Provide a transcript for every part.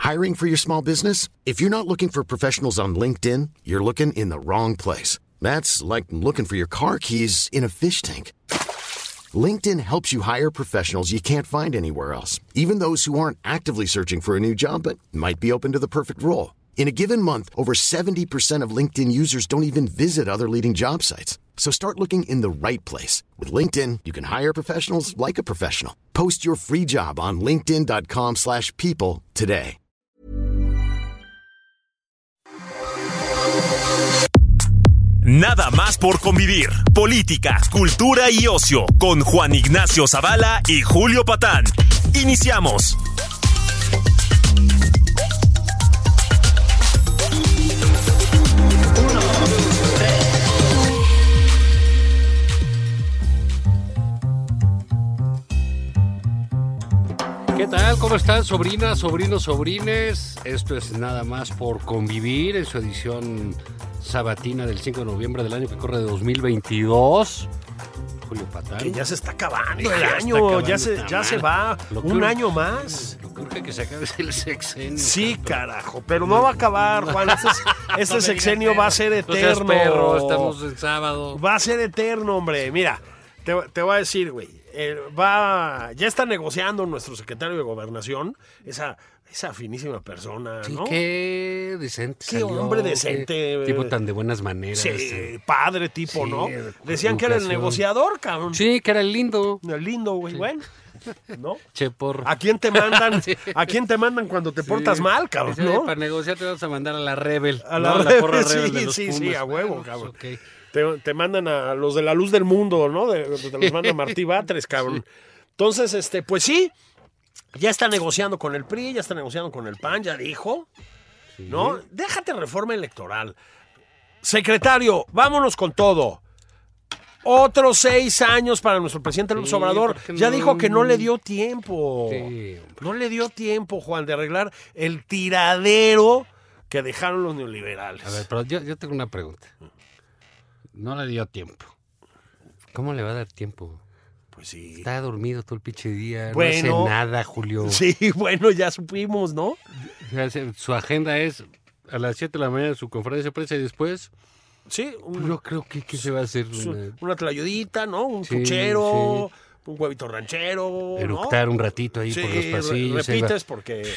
Hiring for your small business? If you're not looking for professionals on LinkedIn, you're looking in the wrong place. That's like looking for your car keys in a fish tank. LinkedIn helps you hire professionals you can't find anywhere else, even those who aren't actively searching for a new job but might be open to the perfect role. In a given month, over 70% of LinkedIn users don't even visit other leading job sites. So start looking in the right place. With LinkedIn, you can hire professionals like a professional. Post your free job on linkedin.com/people today. Nada más por convivir. Política, cultura y ocio con Juan Ignacio Zavala y Julio Patán. Iniciamos. ¿Qué tal? ¿Cómo están, sobrinas, sobrinos, sobrines? Esto es Nada más por convivir en su edición sabatina del 5 de noviembre del año que corre de 2022. Julio Patán. Que ya se está acabando el año, ya se va un año más. Lo que urge que se acabe es el sexenio. Sí, carajo, pero no va a acabar, Juan. Este sexenio va a ser eterno. No seas perro, estamos en sábado. Va a ser eterno, hombre. Mira, te voy a decir, güey. Ya está negociando nuestro secretario de Gobernación, esa finísima persona, ¿no? Sí, qué decente. Qué salió, hombre decente. Qué tipo tan de buenas maneras. Sí, padre tipo, sí, ¿no? Decían que era el negociador, cabrón. Sí, que era el lindo. El lindo, güey. Sí. Bueno, ¿no? Che, porro. ¿A quién te mandan? Sí. ¿A quién te mandan cuando te portas mal, cabrón? ¿No? Para negociar te vas a mandar a la Rebel. A la Rebel, porra Rebel de los sí, Pumas. a huevo, cabrón. Okay. Te mandan a los de la luz del mundo, ¿no? Te los manda Martí Batres, cabrón. Sí. Entonces, pues sí, ya está negociando con el PRI, ya está negociando con el PAN, ya dijo, ¿no? Déjate reforma electoral. Secretario, vámonos con todo. Otros 6 años para nuestro presidente López Obrador. Ya dijo que no le dio tiempo. Sí, no le dio tiempo, Juan, de arreglar el tiradero que dejaron los neoliberales. A ver, pero yo tengo una pregunta. No le dio tiempo. ¿Cómo le va a dar tiempo? Pues sí. Está dormido todo el pinche día, bueno, no hace nada, Julio. Sí, bueno, ya supimos, ¿no? Su agenda es a las 7 de la mañana su conferencia de prensa y después... Sí. Yo creo que se va a hacer una tlayudita, ¿no? Un puchero, un huevito ranchero, eructar, ¿no? Un ratito ahí por los pasillos. Repites porque...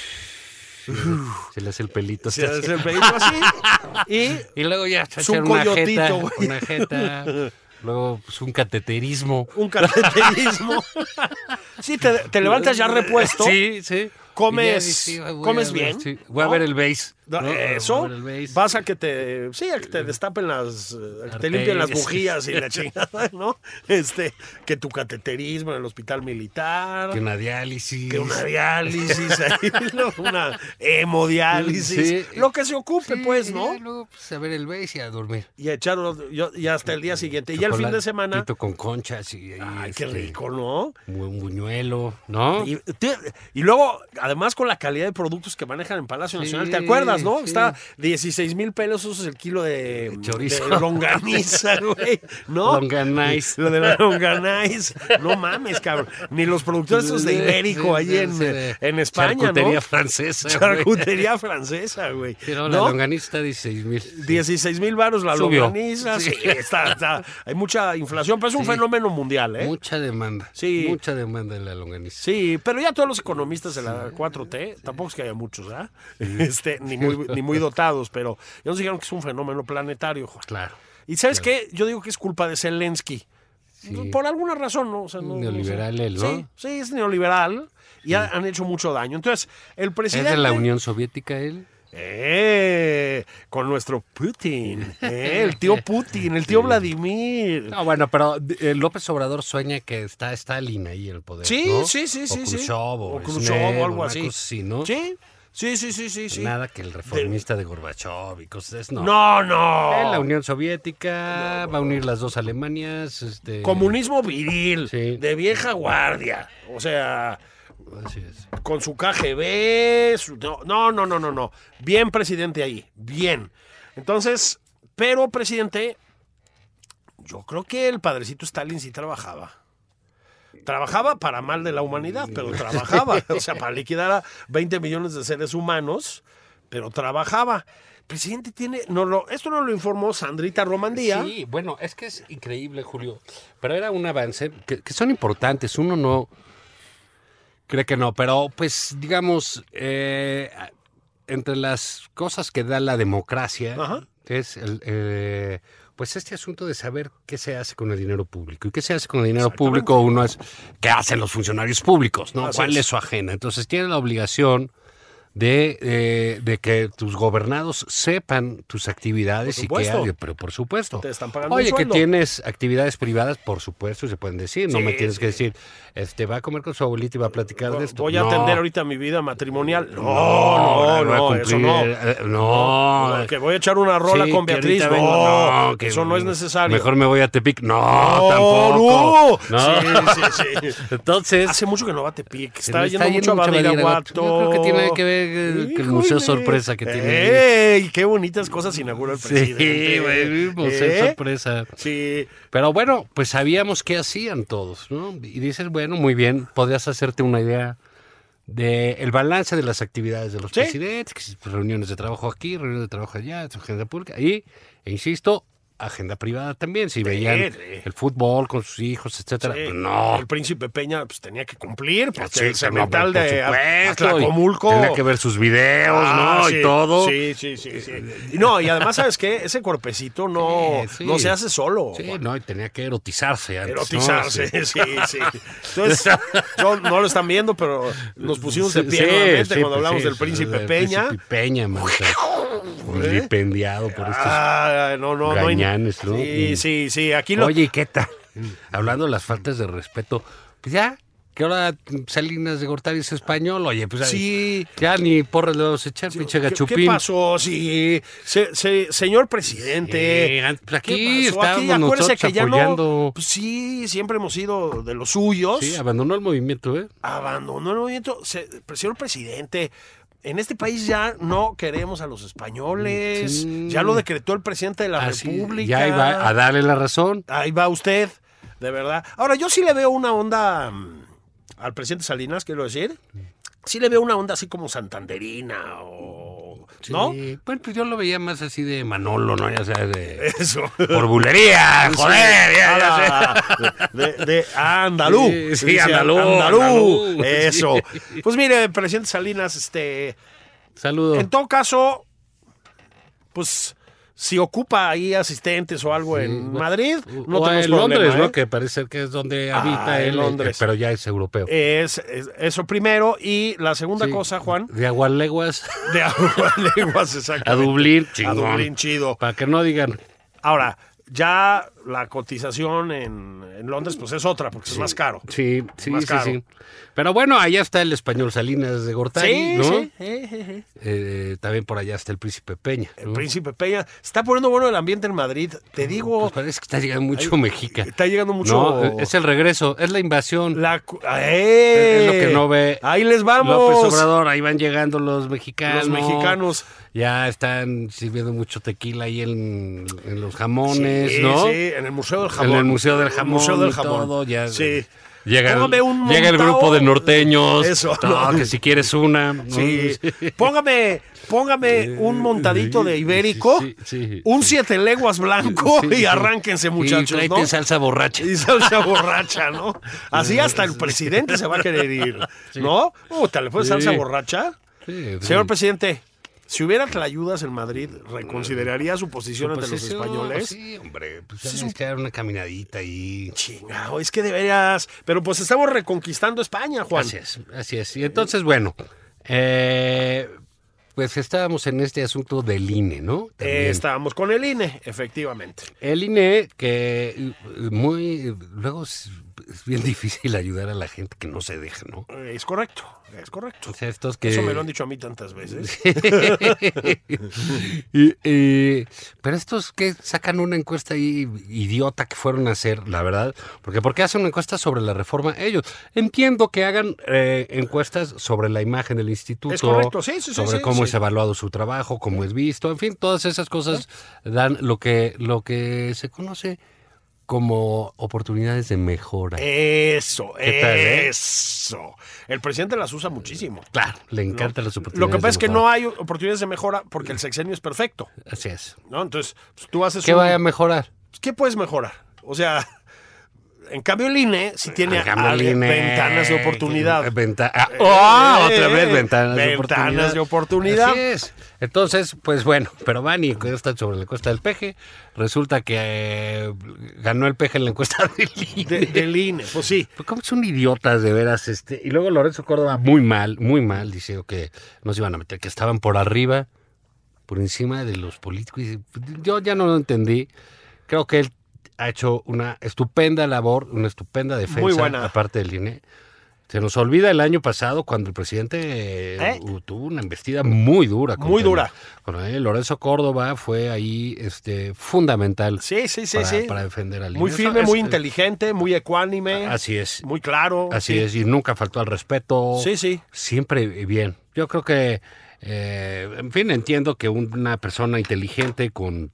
Se le hace el pelito. Se le hace el pelito así. Y luego ya se hace una jeta. Luego, pues, un cateterismo. Un cateterismo. Sí, te levantas ya repuesto. Sí, sí. Comes bien. Sí. Voy a ver el base. ¿No? Eso. Vas a que te destapen a que te limpien las bujías y la chingada, ¿no? Que tu cateterismo en el hospital militar. Que una diálisis. Ahí, una hemodiálisis. Sí. Lo que se ocupe, sí, pues, ¿no? Y luego, pues, a ver el base y a dormir. Y a echarlo, y hasta el día siguiente. Y ya el fin de semana. Con conchas y ay, qué rico, ¿no? Un buñuelo, ¿no? Y luego, además, con la calidad de productos que manejan en Palacio Nacional, ¿te acuerdas, no? Sí. Está 16,000 pesos el kilo de chorizo. De longaniza, güey, ¿no? Longanize. Lo de la longanize. No mames, cabrón. Ni los productores esos de Ibérico ahí en España, charcutería ¿no? francesa. Charcutería francesa, güey. Pero la longaniza está 16,000. 16,000 varos la longaniza. Sí, está. Hay mucha inflación, pero es un fenómeno mundial, ¿eh? Mucha demanda. Sí. Mucha demanda de la longaniza. Sí, pero ya todos los economistas de la 4T, tampoco es que haya muchos, ¿ah? Ni muy dotados, pero ya nos dijeron que es un fenómeno planetario, Juan. Claro. ¿Y sabes qué? Yo digo que es culpa de Zelensky. Sí. Por alguna razón, ¿no? O sea, neoliberal él, ¿no? Sí, es neoliberal y han hecho mucho daño. Entonces, el presidente... ¿Es de la Unión Soviética él? Con nuestro Putin, el tío Putin, el tío Vladimir. No, bueno, pero López Obrador sueña que está Stalin ahí en el poder, sí, ¿no? Sí. O Khrushchev o algo así. ¿No? Sí. Nada que el reformista de Gorbachev y cosas de eso, no. No. La Unión Soviética va a unir las dos Alemanias. Comunismo viril, sí. De vieja guardia. O sea... Así es. Con su KGB. No. Bien, presidente ahí. Bien. Entonces, pero, presidente, yo creo que el padrecito Stalin sí trabajaba. trabajaba para mal de la humanidad, pero trabajaba. O sea, para liquidar a 20 millones de seres humanos, pero trabajaba. El presidente tiene... esto no lo informó Sandrita Romandía. Sí, bueno, es que es increíble, Julio. Pero era un avance que son importantes. Uno no cree que no, pero pues digamos, entre las cosas que da la democracia, es pues este asunto de saber qué se hace con el dinero público. ¿Y qué se hace con el dinero público? Uno es qué hacen los funcionarios públicos, ¿no? ¿Cuál es su agenda? Entonces tiene la obligación de que tus gobernados sepan tus actividades y que pero por supuesto. Te están pagando Oye, un que sueldo. tienes actividades privadas, por supuesto, se pueden decir. No me tienes que decir, va a comer con su abuelita y va a platicar de esto. Voy a atender ahorita mi vida matrimonial. No, eso no. No, que voy a echar una rola con Beatriz. Que eso no es necesario. Mejor me voy a Tepic. No, tampoco. No. Sí. Entonces, hace mucho que no va a Tepic. Está yendo mucho a Badiraguato. Yo creo que tiene que ver que el museo sorpresa que tiene ahí. ¡Ey! ¡Qué bonitas cosas inaugura el presidente! Sí, güey, museo sorpresa. Sí. Pero bueno, pues sabíamos qué hacían todos, ¿no? Y dices, bueno, muy bien, podrías hacerte una idea del balance de las actividades de los presidentes, que reuniones de trabajo aquí, reuniones de trabajo allá, agenda pública, e insisto, agenda privada también, si veían el fútbol con sus hijos, etcétera. Sí. No. El príncipe Peña pues tenía que cumplir, porque Sí, el cemental por de supuesto, Atlacomulco. Tenía que ver sus videos, ¿no? Sí, Y todo. Sí. Y no, y además, ¿sabes qué? Ese cuerpecito no se hace solo. Sí, Juan. no, y tenía que erotizarse antes. Erotizarse, ¿no? Sí. Entonces, no lo están viendo, pero nos pusimos de pie nuevamente cuando hablamos del príncipe Peña. Príncipe Peña, man. Vilipendiado por estos gañanes, ¿no? Sí. Aquí Oye, ¿y qué tal? Hablando de las faltas de respeto, pues ya, que ahora Salinas de Gortari es español, oye, pues ya ni porras le vamos a echar, pinche gachupín. ¿Qué pasó? Sí, señor presidente. Pues aquí ¿qué pasó? estábamos Aquí, acuérdese nosotros que ya apoyando. no. Pues sí, siempre hemos sido de los suyos. Sí, abandonó el movimiento, ¿eh? Abandonó el movimiento. Señor presidente. En este país ya no queremos a los españoles. Sí. Ya lo decretó el presidente de la República. Ya iba a darle la razón. Ahí va usted, de verdad. Ahora, yo sí le veo una onda al presidente Salinas, quiero decir. Sí le veo una onda así como santanderina ¿no? Bueno, pues yo lo veía más así de Manolo, ¿no? Ya sabes, de... Eso. Por bulería, joder, de andalú. Sí, andalú. Eso. Pues mire, presidente Salinas, Saludos. En todo caso, pues... Si ocupa ahí asistentes o algo en Madrid, no tenemos en problema, Londres, ¿no? Que parece que es donde habita él, Londres. Pero ya es europeo. Eso primero. Y la segunda cosa, Juan. De Agualeguas. De Agualeguas, exactamente. A Dublín, chingón. A Dublín, chido. Para que no digan. Ahora, ya la cotización en Londres, pues es otra, porque es más caro. Sí. caro. Pero bueno, allá está el español Salinas de Gortari, ¿no? Sí. También por allá está el príncipe Peña, ¿no? El príncipe Peña. Está poniendo bueno el ambiente en Madrid. Te digo... Pues parece que está llegando mucho Mexica. Está llegando mucho... No, es el regreso, es la invasión. Es lo que no ve. Ahí les vamos. López Obrador, ahí van llegando los mexicanos. Los mexicanos. Ya están sirviendo mucho tequila ahí en los jamones, ¿no? Sí, en el Museo del Jamón. En el Museo del Jamón. Y todo, ya. Llega el grupo de norteños. Eso. Que si quieres una. ¿no? Sí. Póngame un montadito de ibérico, un 7 leguas blanco y arránquense, muchachos. Y tráete salsa borracha. Y salsa borracha, ¿no? Así hasta el presidente se va a querer ir, ¿no? ¿Le pones salsa borracha? Sí. Señor presidente, si hubiera tlayudas en Madrid, ¿reconsideraría su posición ante los españoles? Sí, hombre, pues es que dar una caminadita ahí. Chingado, es que deberías... Pero pues estamos reconquistando España, Juan. Así es. Y entonces, bueno, pues estábamos en este asunto del INE, ¿no? Estábamos con el INE, efectivamente. El INE, que luego es bien difícil ayudar a la gente que no se deja, ¿no? Es correcto. O sea, estos que... Eso me lo han dicho a mí tantas veces. Pero estos que sacan una encuesta ahí idiota que fueron a hacer, la verdad, porque ¿por qué hacen una encuesta sobre la reforma ellos? Entiendo que hagan encuestas sobre la imagen del instituto. Es correcto, sí. Sobre cómo es evaluado su trabajo, cómo es visto, en fin, todas esas cosas dan lo que se conoce como oportunidades de mejora. Eso, ¿Qué tal, eso. El presidente las usa muchísimo. Claro, le encantan las oportunidades. Lo que pasa es que de no mejora. hay oportunidades de mejora porque el sexenio es perfecto, Así es. ¿no? Entonces, pues, tú haces ¿Qué vaya a mejorar? ¿Qué puedes mejorar? O sea, en cambio el INE sí tiene En cambio, el INE, ventanas de oportunidad. Otra vez ventanas de oportunidad. Ventanas de oportunidad. Así es. Entonces, pues bueno, pero van y está sobre la encuesta del Peje. Resulta que ganó el Peje en la encuesta del INE. Del INE, pues sí. Pues como son idiotas, de veras. Y luego Lorenzo Córdoba, muy mal, diciendo que no se iban a meter, que estaban por arriba, por encima de los políticos. Y yo ya no lo entendí. Creo que él ha hecho una estupenda labor, una estupenda defensa, Muy buena. aparte del INE. Se nos olvida el año pasado cuando el presidente tuvo una embestida muy dura. Muy dura. Con él. Lorenzo Córdoba fue ahí fundamental. Sí. Para defender al INE. Muy firme, Eso muy es- inteligente, muy ecuánime. Así es. Muy claro. Así sí. es, y nunca faltó al respeto. Sí. Siempre bien. Yo creo que, en fin, entiendo que una persona inteligente con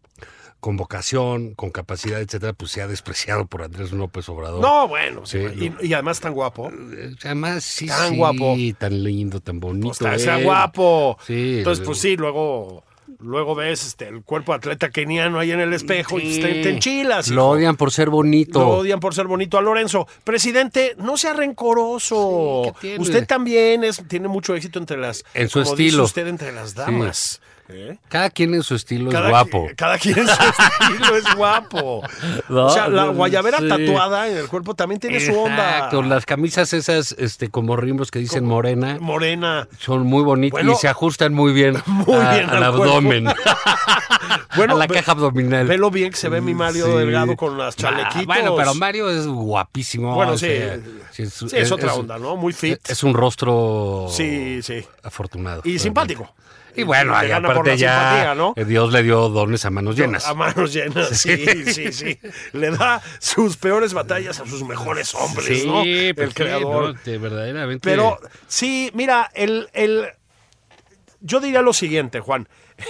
vocación, con capacidad, etcétera, pues se ha despreciado por Andrés López Obrador. No, bueno. Sí, Sí, y además tan guapo. Además, sí, Tan guapo. tan lindo, tan bonito. Sea él. guapo. Sí. Entonces, pues sí, luego ves el cuerpo de atleta keniano ahí en el espejo y Sí. te enchilas. Lo hijo. odian por ser bonito. Lo odian por ser bonito a Lorenzo. Presidente, no sea rencoroso. Sí, ¿qué tiene? Usted también tiene mucho éxito entre las... En su como dice estilo. usted, entre las damas. ¿Eh? Cada quien en su estilo es guapo. Cada quien en su estilo es guapo. No, o sea, la guayabera sí. tatuada en el cuerpo también tiene su onda. Exacto, las camisas esas como rimos que dicen morena. Morena. Son muy bonitas Bueno, y se ajustan muy bien, muy bien al al abdomen. Bueno, a la caja abdominal. Velo bien que se ve mi Mario Sí. Delgado con las chalequitos. Bueno, pero Mario es guapísimo. Bueno, o sí. sea, Es otra onda, ¿no? Muy fit. Es un rostro Sí. afortunado. Y simpático. Y bueno, Te ahí gana por aparte la ya simpatía, ¿no? Dios le dio dones a manos llenas. A manos llenas, sí. Le da sus peores batallas a sus mejores hombres, Sí, ¿no? pues El creador. no, verdaderamente. Pero sí, mira, yo diría lo siguiente, Juan.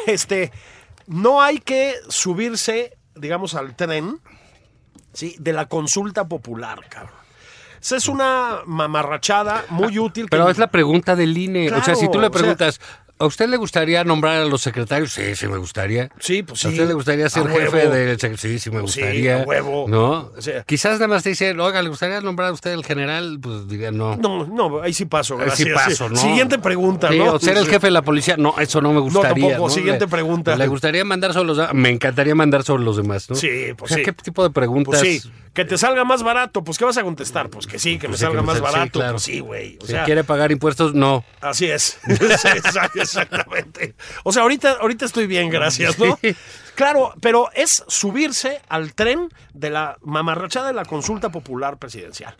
No hay que subirse, digamos, al tren, ¿sí? De la consulta popular, cabrón. Esa es una mamarrachada muy útil. Pero es la pregunta del INE. O sea, si tú le Claro, o sea- preguntas, ¿a usted le gustaría nombrar a los secretarios? Sí, me gustaría. Sí, pues sí. ¿A usted le gustaría ser A jefe huevo. del secretario? Sí, me Pues sí, gustaría. a huevo. ¿No? O sea- Quizás nada más te dicen, oiga, ¿le gustaría nombrar a usted el general? Pues diría no. No, ahí sí paso, Ahí sí gracias. paso, ¿no? Siguiente pregunta, Sí, ¿no? o ser el jefe de la policía. No, eso no me gustaría. tampoco. Siguiente pregunta. ¿Le gustaría mandar sobre los demás? Me encantaría mandar sobre los demás, ¿no? Sí, pues O sea, sí. ¿qué tipo de preguntas? Pues sí, que te salga más barato, pues ¿qué vas a contestar? Pues que sí, que me Pues sí, salga que me más sal- sí, barato. claro. Pues sí, güey. O Si sea, quiere pagar impuestos, no. así es. Exactamente. O sea, ahorita estoy bien, gracias, ¿no? Sí. Claro, pero es subirse al tren de la mamarrachada de la consulta popular presidencial.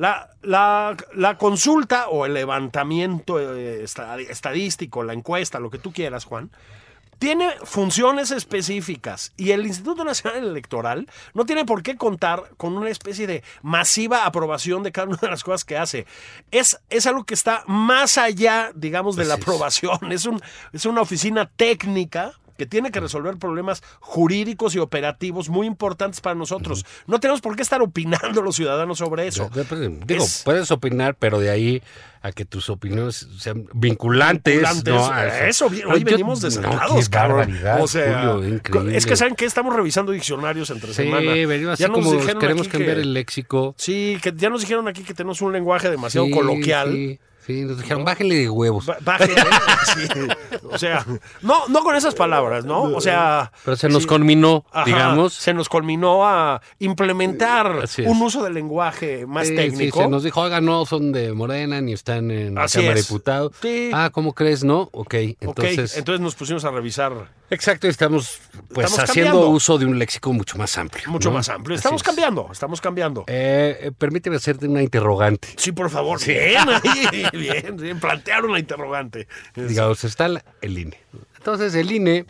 La consulta o el levantamiento estadístico, la encuesta, lo que tú quieras, Juan, tiene funciones específicas y el Instituto Nacional Electoral no tiene por qué contar con una especie de masiva aprobación de cada una de las cosas que hace. Es algo que está más allá, digamos, de la aprobación. Es una oficina técnica que tiene que resolver problemas jurídicos y operativos muy importantes para nosotros. No tenemos por qué estar opinando los ciudadanos sobre eso. Digo, puedes opinar, pero de ahí a que tus opiniones sean vinculantes. ¿no? Eso, hoy venimos desacados, qué cabrón. barbaridad, O sea, Julio, increíble. es que ¿saben qué? Estamos revisando diccionarios entre Sí, semana. venimos así Ya nos como dijeron queremos aquí cambiar que- el léxico. Sí, que ya nos dijeron aquí que tenemos un lenguaje demasiado Sí, coloquial. Sí, nos dijeron, bájenle de huevos. Bájenle, sí. O sea, no con esas palabras, ¿no? O sea... Pero se nos sí. conminó, Ajá, digamos. se nos culminó a implementar Así es. un uso del lenguaje más Sí, técnico. Sí, se nos dijo, oiga, no son de Morena ni están en la Así Cámara de es. Diputados. Sí. Ah, ¿cómo crees? No, ok. Ok, Entonces, nos pusimos a revisar exacto, estamos pues Estamos haciendo cambiando. uso de un léxico mucho más amplio. mucho ¿no? más amplio. Así Estamos es. estamos cambiando. Permíteme hacerte una interrogante. Sí, por favor. Bien, ahí, bien. Plantear una interrogante. Digamos, está el INE. Entonces, el INE,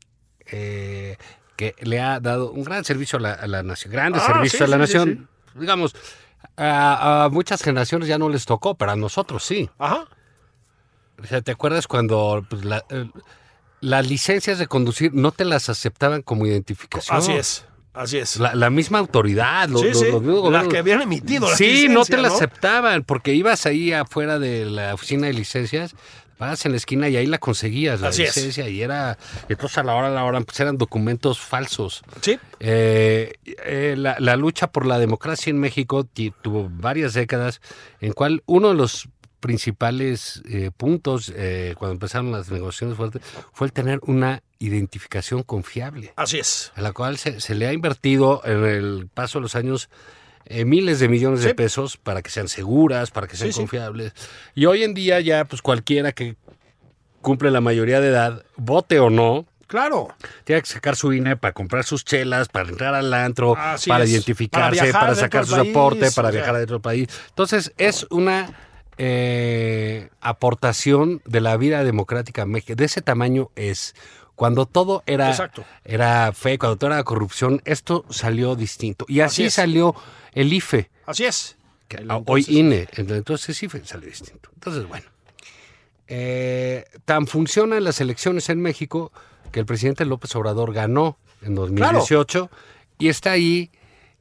que le ha dado un gran servicio a la nación, grandes servicios sí, a la sí, nación. Digamos, a muchas generaciones ya no les tocó, pero a nosotros sí. Ajá. O sea, ¿te acuerdas cuando las licencias de conducir no te las aceptaban como identificación? Así es. Así es. La misma autoridad, los mismos la gobiernos. que habían emitido la Sí, licencia, no te la ¿no? aceptaban, porque ibas ahí afuera de la oficina de licencias, vas en la esquina y ahí la conseguías, la Así es. licencia, y entonces a la hora, pues eran documentos falsos. Sí. La lucha por la democracia en México tuvo varias décadas, en cual uno de los principales puntos cuando empezaron las negociaciones fuertes fue el tener una identificación confiable, Así es. a la cual se le ha invertido en el paso de los años miles de millones de pesos para que sean seguras, para que sean confiables. Y hoy en día ya pues cualquiera que cumple la mayoría de edad, vote o no, Claro. tiene que sacar su INE para comprar sus chelas, para entrar al antro, Así para es. identificarse, Para viajar para dentro sacar del su país, soporte, para o sea. viajar dentro del país. Entonces, es una aportación de la vida democrática en México. De ese tamaño es. Cuando todo era fe, cuando todo era corrupción, esto salió distinto. Y así salió el IFE. Así es. Hoy INE. Entonces IFE salió distinto. Entonces, bueno. Tan funcionan las elecciones en México que el presidente López Obrador ganó en 2018 y está ahí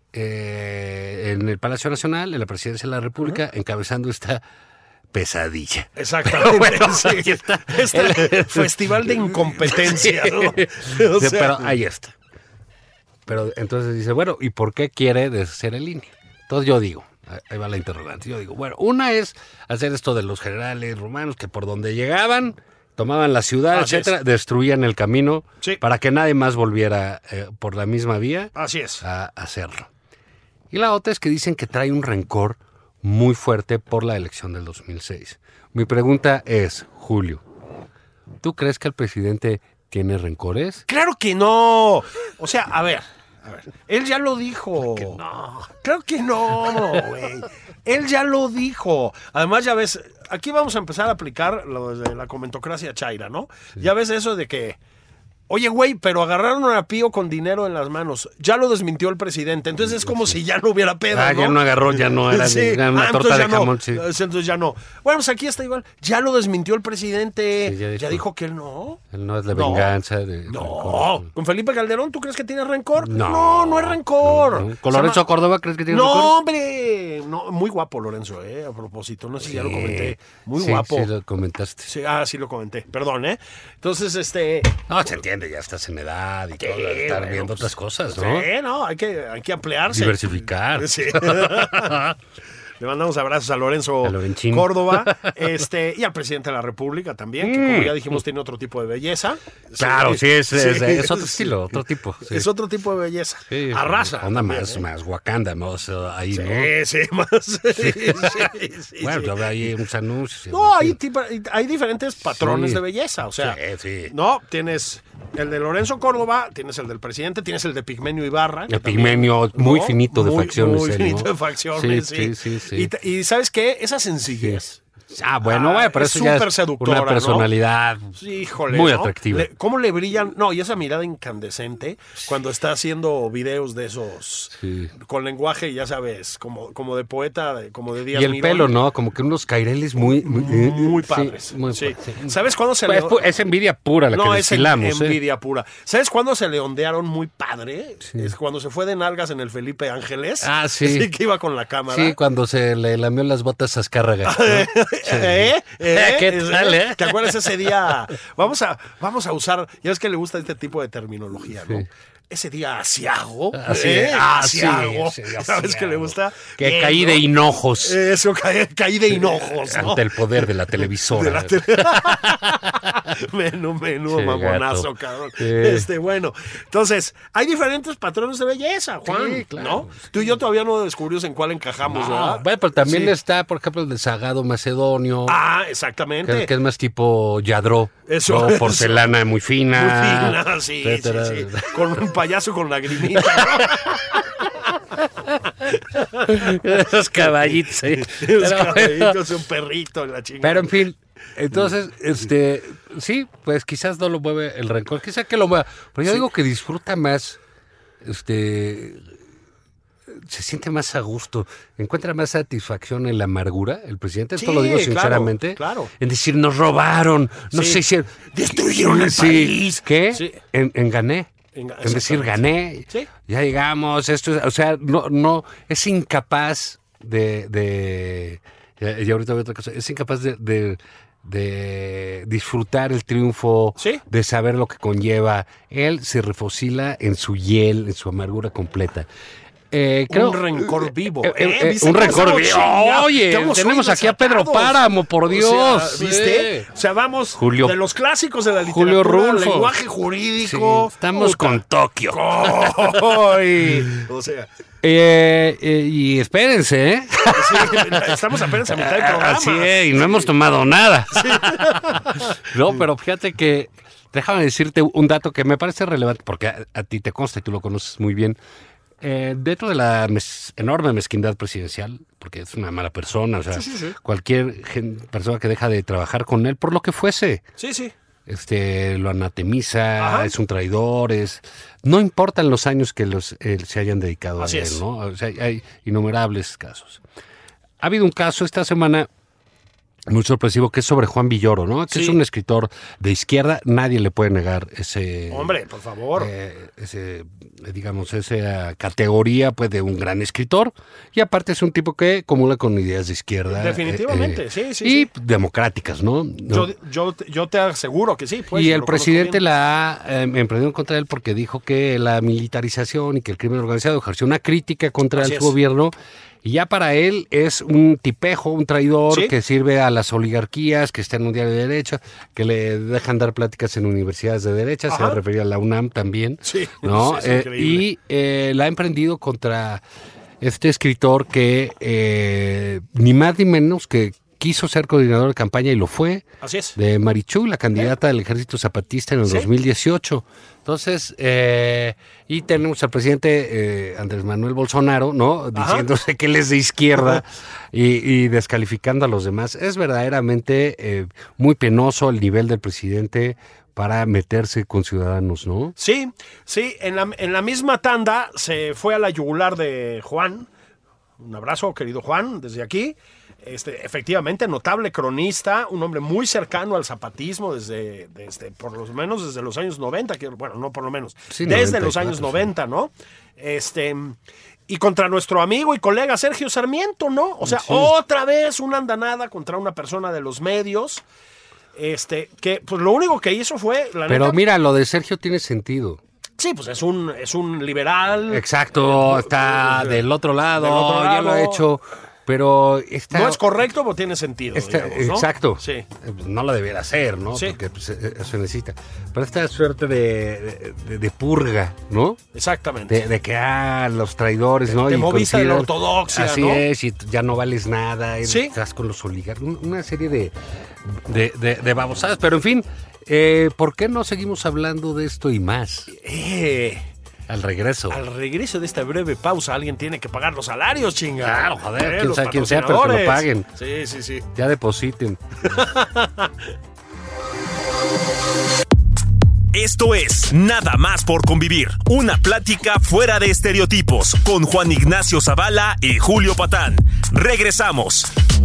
en el Palacio Nacional, en la Presidencia de la República, encabezando esta pesadilla. Exactamente. Bueno, sí. ahí está. Este festival de incompetencia, ¿no? O sea, Pero ahí está. Pero entonces dice, bueno, ¿y por qué quiere deshacer el INE? Entonces yo digo, ahí va la interrogante, yo digo, bueno, una es hacer esto de los generales romanos que por donde llegaban, tomaban la ciudad, Así etcétera, destruían el camino para que nadie más volviera por la misma vía Así es. a hacerlo. Y la otra es que dicen que trae un rencor muy fuerte por la elección del 2006. Mi pregunta es, Julio, ¿tú crees que el presidente tiene rencores? Claro que no. O sea, a ver. Él ya lo dijo. Claro que no, güey. Él ya lo dijo. Además, ya ves, aquí vamos a empezar a aplicar lo de la comentocracia chaira, ¿no? Sí. Ya ves eso de que, oye, güey, pero agarraron a Pío con dinero en las manos. Ya lo desmintió el presidente. Entonces es como si ya no hubiera pedo, ¿no? Ya no agarró, ya no era, era una torta de jamón. Sí. Entonces ya no. Bueno, pues aquí está igual. Ya lo desmintió el presidente. Sí, ya dijo que él no. Él no es de venganza. No. ¿Con Felipe Calderón tú crees que tiene rencor? No. No es rencor. No. ¿Con Lorenzo Córdoba crees que tiene rencor? No, hombre. No, muy guapo Lorenzo, a propósito. No sé si ya lo comenté. Muy guapo. Sí, lo comentaste. Sí, sí lo comenté. Perdón, Entonces, No, se entiende, ya estás en edad y todo, estar bueno, viendo pues, otras cosas, ¿no? Sí, no, hay que ampliarse. Diversificar. Sí. Le mandamos abrazos a Lorenzo Lorenchín Córdoba y al presidente de la República también, que como ya dijimos tiene otro tipo de belleza. Claro, sí, es otro estilo, otro tipo. Sí. Es otro tipo de belleza. Sí, arrasa. Onda más Wakanda, más ahí, sí, ¿no? Sí, más. Sí, bueno, yo veo ahí unos anuncios. No, hay diferentes patrones de belleza, o sea. Sí. No, tienes el de Lorenzo Córdoba, tienes el del presidente, tienes el de Pigmenio Ibarra. El Pigmenio muy finito de facciones. Muy finito de facciones, sí. Y ¿sabes qué? Esa sencillez. Bueno, pero eso ya es seductora, una personalidad muy atractiva. ¿Cómo le brillan? No, y esa mirada incandescente cuando está haciendo videos de esos con lenguaje, ya sabes, como de poeta, como de Díaz Y el Mirón. pelo, ¿no? Como que unos caireles muy padres. Muy sí. padres. ¿Sabes cuándo se es envidia pura la que desfilamos. Es envidia pura. ¿Sabes cuándo se le ondearon muy padre? Sí. Es cuando se fue de nalgas en el Felipe Ángeles. Ah, sí. Sí, que iba con la cámara. Sí, cuando se le lamió las botas a Azcárraga, ¿no? ¿Qué tal, ¿Te acuerdas ese día? Vamos a usar, ya ves que le gusta este tipo de terminología, ¿no? Sí. Ese día asiago. Asiago. ¿Sabes qué le gusta? Que caí de hinojos. Eso, caí de hinojos, ¿no? Ante el poder de la televisora. Menudo mamonazo, cabrón. Bueno, entonces, hay diferentes patrones de belleza, Juan, sí, claro. ¿No? Tú y yo todavía no descubrimos en cuál encajamos, ¿verdad? Bueno, pero también está, por ejemplo, el desagado macedonio. Ah, exactamente. Que es más tipo Yadró. Eso. ¿No? Porcelana muy fina. Muy fina, sí. Con un payaso con lagrimita, ¿no? Esos caballitos. Esos caballitos, un perrito en la chingada. Pero en fin, entonces, sí, pues quizás no lo mueve el rencor, quizás que lo mueva. Pero yo digo que disfruta más, se siente más a gusto, encuentra más satisfacción en la amargura, el presidente, esto lo digo sinceramente, claro. En decir, nos robaron, no sé si... destruyeron el país. ¿Qué? Sí. En gané. en decir gané, ¿Sí? ya llegamos, esto, o sea, no, es incapaz de y ahorita voy a otra cosa, es incapaz de disfrutar el triunfo, ¿Sí? de saber lo que conlleva. Él se refocila en su hiel, en su amargura completa. Creo, un rencor vivo. Un rencor vivo. Oye, tenemos aquí a Pedro Páramo, por Dios. O sea, ¿viste? O sea, vamos Julio, de los clásicos de la literatura, Julio Rulfo, lenguaje jurídico. Sí, estamos con Tokio. O sea, y espérense, ¿eh? sí, estamos apenas a mitad del programa. Así es, y no hemos tomado nada. Sí. No, pero fíjate que, déjame decirte un dato que me parece relevante, porque a ti te consta y tú lo conoces muy bien. Dentro de la enorme mezquindad presidencial, porque es una mala persona, o sea, sí. cualquier persona que deja de trabajar con él, por lo que fuese, Sí. Lo anatemiza, Ajá. es un traidor, no importan los años que se hayan dedicado Así a él, es. ¿no? O sea, hay innumerables casos. Ha habido un caso esta semana muy sorpresivo que es sobre Juan Villoro, ¿no? Que Sí. es un escritor de izquierda, nadie le puede negar ese... Hombre, por favor. Esa categoría pues de un gran escritor, y aparte es un tipo que comula con ideas de izquierda. Definitivamente, sí. Y democráticas, ¿no? Yo te aseguro que sí. Pues, y lo el conozco presidente bien. la ha emprendido contra él porque dijo que la militarización y que el crimen organizado ejerció una crítica contra Así su es. gobierno. Y ya para él es un tipejo, un traidor, ¿Sí? que sirve a las oligarquías, que está en un diario de derecha, que le dejan dar pláticas en universidades de derecha, se va a referir a la UNAM también. Sí, ¿no? es increíble. Y la ha emprendido contra este escritor que ni más ni menos que quiso ser coordinador de campaña y lo fue. Así es. De Marichuy, la candidata del Ejército Zapatista en el 2018. Entonces, y tenemos al presidente Andrés Manuel Bolsonaro, ¿no? Diciéndose que él es de izquierda y descalificando a los demás. Es verdaderamente muy penoso el nivel del presidente para meterse con ciudadanos, ¿no? Sí. En la misma tanda se fue a la yugular de Juan. Un abrazo, querido Juan, desde aquí. Efectivamente, notable cronista, un hombre muy cercano al zapatismo desde por lo menos desde los años 90, no por lo menos, sí, desde 94, los años sí. 90, ¿no? Y contra nuestro amigo y colega Sergio Sarmiento, ¿no? O sea, Sí. otra vez una andanada contra una persona de los medios, que pues lo único que hizo fue, la Pero neta, mira, lo de Sergio tiene sentido. sí, pues es un liberal. Exacto, está del otro lado, ya lo ha hecho, pero está... No es correcto, pero tiene sentido, digamos, ¿no? Exacto. Sí. No lo debiera hacer, ¿no? Sí. Porque pues, eso necesita. Pero esta suerte de purga, ¿no? Exactamente. De que, los traidores, ¿no? Te moviste de la consideran- ortodoxia, Así ¿no? es, y ya no vales nada, Sí. estás con los oligarcas, una serie de babosadas. Pero en fin, ¿por qué no seguimos hablando de esto y más? Al regreso. Al regreso de esta breve pausa, alguien tiene que pagar los salarios, chinga. Claro, joder, quién Los sabe quién sea, pero que lo paguen. Sí. Ya depositen. Esto es Nada más por convivir, una plática fuera de estereotipos con Juan Ignacio Zavala y Julio Patán. Regresamos.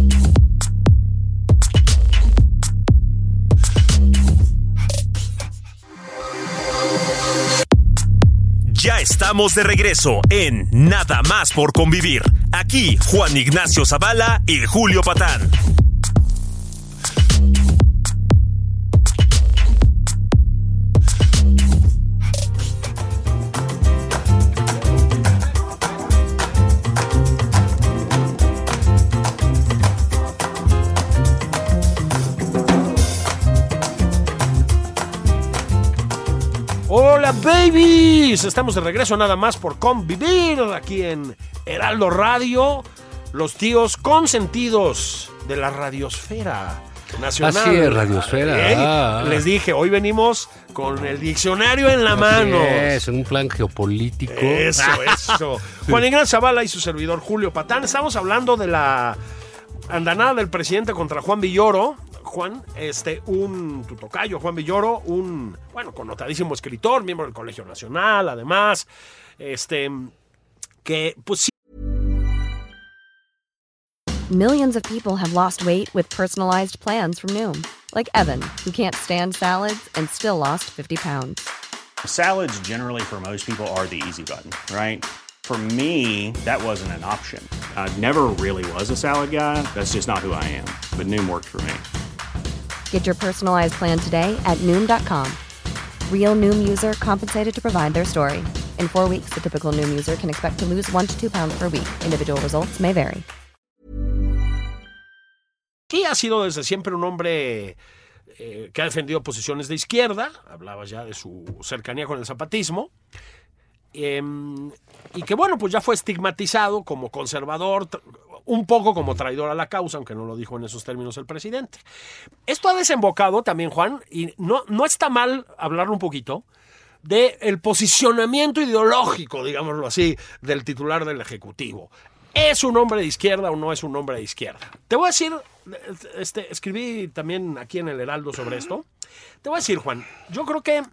Ya estamos de regreso en Nada más por convivir. Aquí Juan Ignacio Zavala y Julio Patán. Hola, babies. Estamos de regreso nada más por convivir aquí en Heraldo Radio, los tíos consentidos de la radiosfera nacional. Así es, radiosfera. Les dije, hoy venimos con el diccionario en la Así mano. es, en un plan geopolítico. Eso. Juan Ignacio Zavala y su servidor Julio Patán. Estamos hablando de la andanada del presidente contra Juan Villoro. Juan, tu tocayo, Juan Villoro, un, connotadísimo escritor, miembro del Colegio Nacional, además, que, pues sí. Millions of people have lost weight with personalized plans from Noom, like Evan, who can't stand salads and still lost 50 pounds. Salads generally for most people are the easy button, right? For me, that wasn't an option. I never really was a salad guy. That's just not who I am. But Noom worked for me. Get your personalized plan today at Noom.com. Real Noom user compensated to provide their story. In 4 weeks, the typical Noom user can expect to lose 1 to 2 pounds per week. Individual results may vary. Y ha sido desde siempre un hombre que ha defendido posiciones de izquierda. Hablaba ya de su cercanía con el zapatismo. Y que bueno, pues ya fue estigmatizado como conservador, un poco como traidor a la causa, aunque no lo dijo en esos términos el presidente. Esto ha desembocado también, Juan, y no está mal hablarlo un poquito, del posicionamiento ideológico, digámoslo así, del titular del Ejecutivo. ¿Es un hombre de izquierda o no es un hombre de izquierda? Te voy a decir, escribí también aquí en el Heraldo sobre esto. Te voy a decir, Juan, yo creo que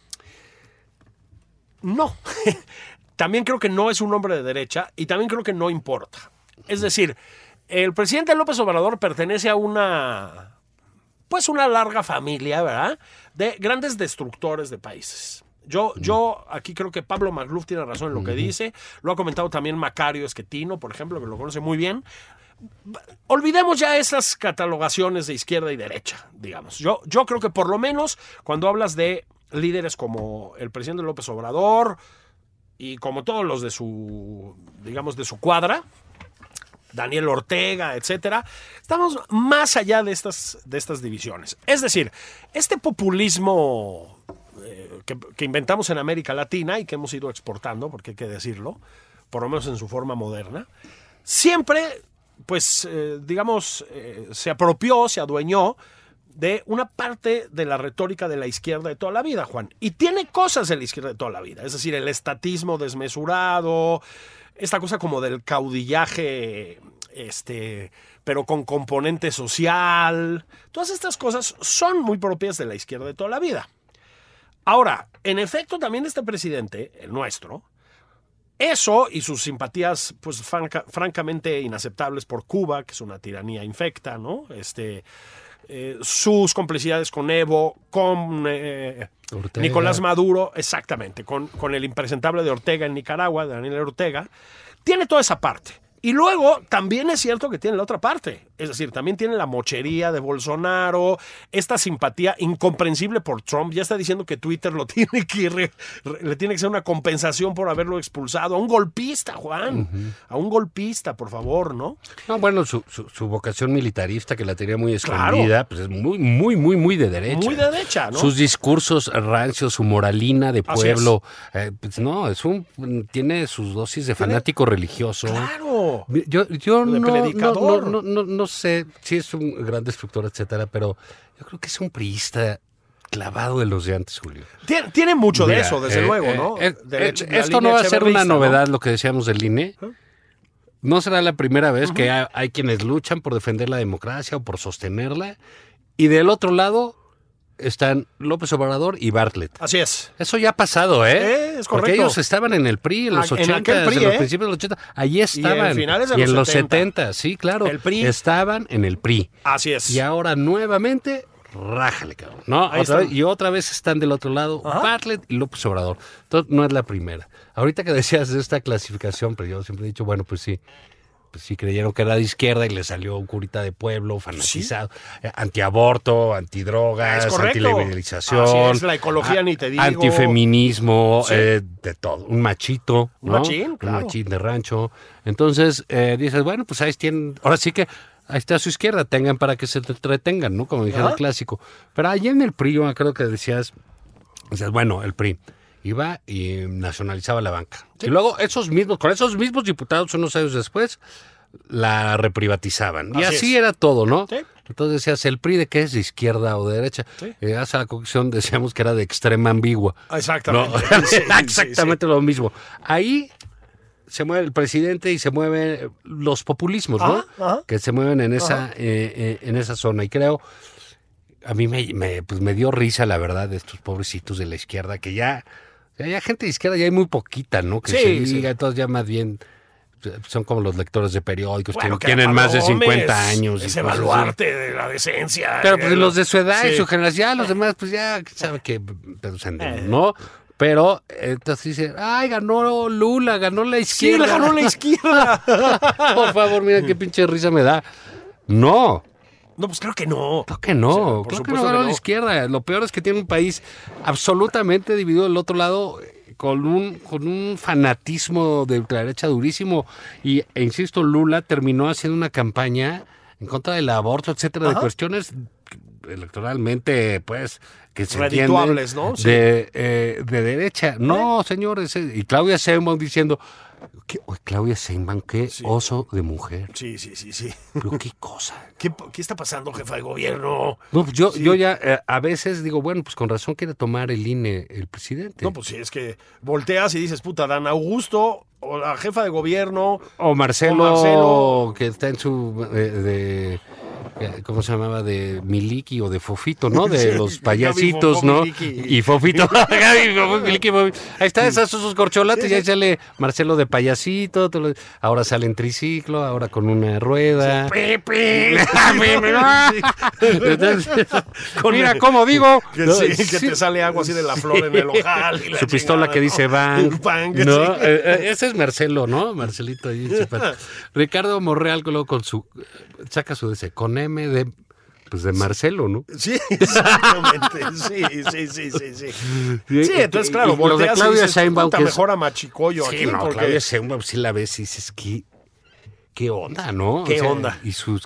no. También creo que no es un hombre de derecha y también creo que no importa. Es decir, el presidente López Obrador pertenece a una larga familia, ¿verdad?, de grandes destructores de países. Yo aquí creo que Pablo Magluf tiene razón en lo que dice. Lo ha comentado también Macario Esquetino, por ejemplo, que lo conoce muy bien. Olvidemos ya esas catalogaciones de izquierda y derecha, digamos. Yo creo que por lo menos cuando hablas de líderes como el presidente López Obrador y como todos los de su cuadra, Daniel Ortega, etcétera, estamos más allá de estas divisiones. Es decir, este populismo que inventamos en América Latina y que hemos ido exportando, porque hay que decirlo, por lo menos en su forma moderna, siempre, pues, se apropió, se adueñó de una parte de la retórica de la izquierda de toda la vida, Juan. Y tiene cosas de la izquierda de toda la vida, es decir, el estatismo desmesurado, esta cosa como del caudillaje, pero con componente social. Todas estas cosas son muy propias de la izquierda de toda la vida. Ahora, en efecto, también este presidente, el nuestro, eso y sus simpatías, pues francamente inaceptables por Cuba, que es una tiranía infecta, ¿no? Sus complicidades con Evo, con Nicolás Maduro, exactamente, con el impresentable de Ortega en Nicaragua, de Daniel Ortega, tiene toda esa parte. Y luego también es cierto que tiene la otra parte, es decir, también tiene la mochería de Bolsonaro, esta simpatía incomprensible por Trump. Ya está diciendo que Twitter le tiene que ser una compensación por haberlo expulsado. A un golpista, Juan, a un golpista, por favor, ¿no? No, bueno, su vocación militarista, que la tenía muy escondida, pues es muy, muy, muy, muy de derecha. Muy de derecha, ¿no? Sus discursos rancios, su moralina de pueblo, pues no, tiene sus dosis de fanático religioso. ¡Claro! Yo no sé si es un gran destructor, etcétera, pero yo creo que es un priista clavado de los de antes, Julio. Tiene mucho de eso, desde luego, ¿no? Esto no va a ser una novedad, ¿no? Lo que decíamos del INE. No será la primera vez que hay quienes luchan por defender la democracia o por sostenerla. Y del otro lado están López Obrador y Bartlett. Así es. Eso ya ha pasado, ¿eh? Es correcto. Porque ellos estaban en el PRI en los 80, en los principios de los 80. Allí estaban. Y en finales de y en los los 70, sí, claro. El PRI. Estaban en el PRI. Así es. Y ahora nuevamente, rájale, cabrón. ¿No? Otra vez están del otro lado Bartlett y López Obrador. Entonces, no es la primera. Ahorita que decías de esta clasificación, pero yo siempre he dicho, bueno, pues sí creyeron que era de izquierda y le salió un curita de pueblo, fanatizado, antiaborto, antidrogas, antiliberalización. Así es, la ecología ni te digo. Antifeminismo, de todo. Un machito, ¿no? Un machín, claro. Un machín de rancho. Entonces, dices, bueno, pues ahí tienen, ahora sí que ahí está a su izquierda, tengan para que se entretengan, ¿no? Como dijera el clásico. Pero allá en el PRI, yo creo que decías, bueno, el PRI iba y nacionalizaba la banca. Sí. Y luego con esos mismos diputados, unos años después, la reprivatizaban. Y así era todo, ¿no? Sí. Entonces decías, ¿el PRI de qué es? ¿De izquierda o de derecha? Sí. Hasta la conclusión decíamos que era de extrema ambigua. Exactamente. ¿No? Sí, exactamente lo mismo. Ahí se mueve el presidente y se mueven los populismos, ¿no? Que se mueven en esa zona. Y creo, a mí me dio risa, la verdad, de estos pobrecitos de la izquierda, que ya gente de izquierda ya hay muy poquita, ¿no? Que se diga, entonces ya más bien son como los lectores de periódicos, bueno, tienen más de 50 años. Es evaluarte de la decencia. Pero pues los de su edad y su generación, ya los demás, pues ya saben que ¿no? Pero entonces dice, ay, ganó Lula, ganó la izquierda. Sí, le ganó la izquierda. Por favor, mira qué pinche risa me da. No. No, pues creo que no. Creo que no, O sea, por creo que supuesto no ganó que la no. izquierda. Lo peor es que tiene un país absolutamente dividido del otro lado con un fanatismo de ultraderecha durísimo. E insisto, Lula terminó haciendo una campaña en contra del aborto, etcétera, de cuestiones electoralmente, pues, que se redituables, entienden ¿no? Sí. de derecha. No, señores. Y Claudia Sheinbaum diciendo, Claudia Sheinbaum, qué oso de mujer. Sí. Pero qué cosa. ¿Qué está pasando, jefa de gobierno? No, pues yo ya a veces digo, bueno, pues con razón quiere tomar el INE el presidente. No, pues sí, es que volteas y dices, puta, Dan Augusto o la jefa de gobierno. O Marcelo, que está en su... ¿cómo se llamaba? De Miliki o de Fofito, ¿no? De los payasitos, Gaby, ¿no? Miliki. Y Fofito. Gaby, Miliki, Fofito. Ahí está, esas son sus corcholates. Y ahí sale Marcelo de payasito. Ahora sale en triciclo, ahora con una rueda. Pepe. Entonces, mira cómo digo. Que, sí, que te sale agua así de la flor en el ojal. Y la Su pistola chingada, que ¿no? dice Bang. Bang, ¿No? sí. Ese es Marcelo, ¿no? Marcelito ahí. Ricardo Monreal luego con su... Saca su DC con M de... Pues de Marcelo, ¿no? Sí, exactamente. Sí. Sí, entonces, claro, Y lo de volteas y Claudia dices, Sheinbaum, puta, que es- mejor a Machicoyo Sí, aquí. no, porque... Claudia Sheinbaum sí la ves y dices, ¿qué onda, no? ¿Qué onda? Y sus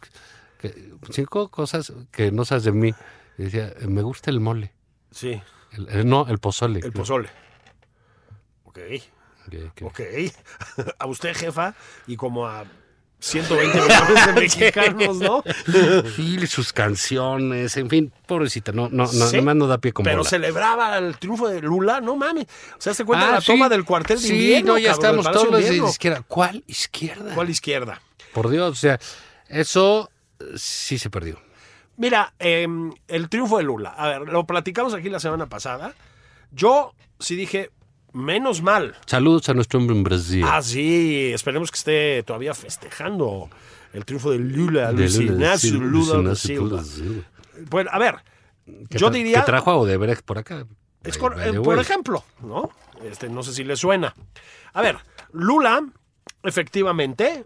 5 cosas que no sabes de mí. Y decía, me gusta el mole. Sí, El pozole. el pozole. Ok. Que- Ok. A usted, jefa, y como a 120 millones de mexicanos, ¿no? Sí, sus canciones, en fin, pobrecita, no Sí, nomás no da pie como pero bola. celebraba el triunfo de Lula, no mames. O sea, se cuenta la sí. toma del cuartel de Sí, invierno. no, ya cabrón, del estamos Palacio todos los de Invierno. izquierda. ¿Cuál izquierda? ¿Cuál izquierda? Por Dios, o sea, eso sí se perdió. Mira, el triunfo de Lula. A ver, lo platicamos aquí la semana pasada. Yo sí dije, menos mal. Saludos a nuestro hombre en Brasil. Ah, sí, esperemos que esté todavía festejando el triunfo de Lula, Luis Ignacio Lula da Silva. Bueno, a ver, yo diría... Que trajo a Odebrecht por acá. por ejemplo, ¿no? No sé si le suena. A ver, Lula, efectivamente,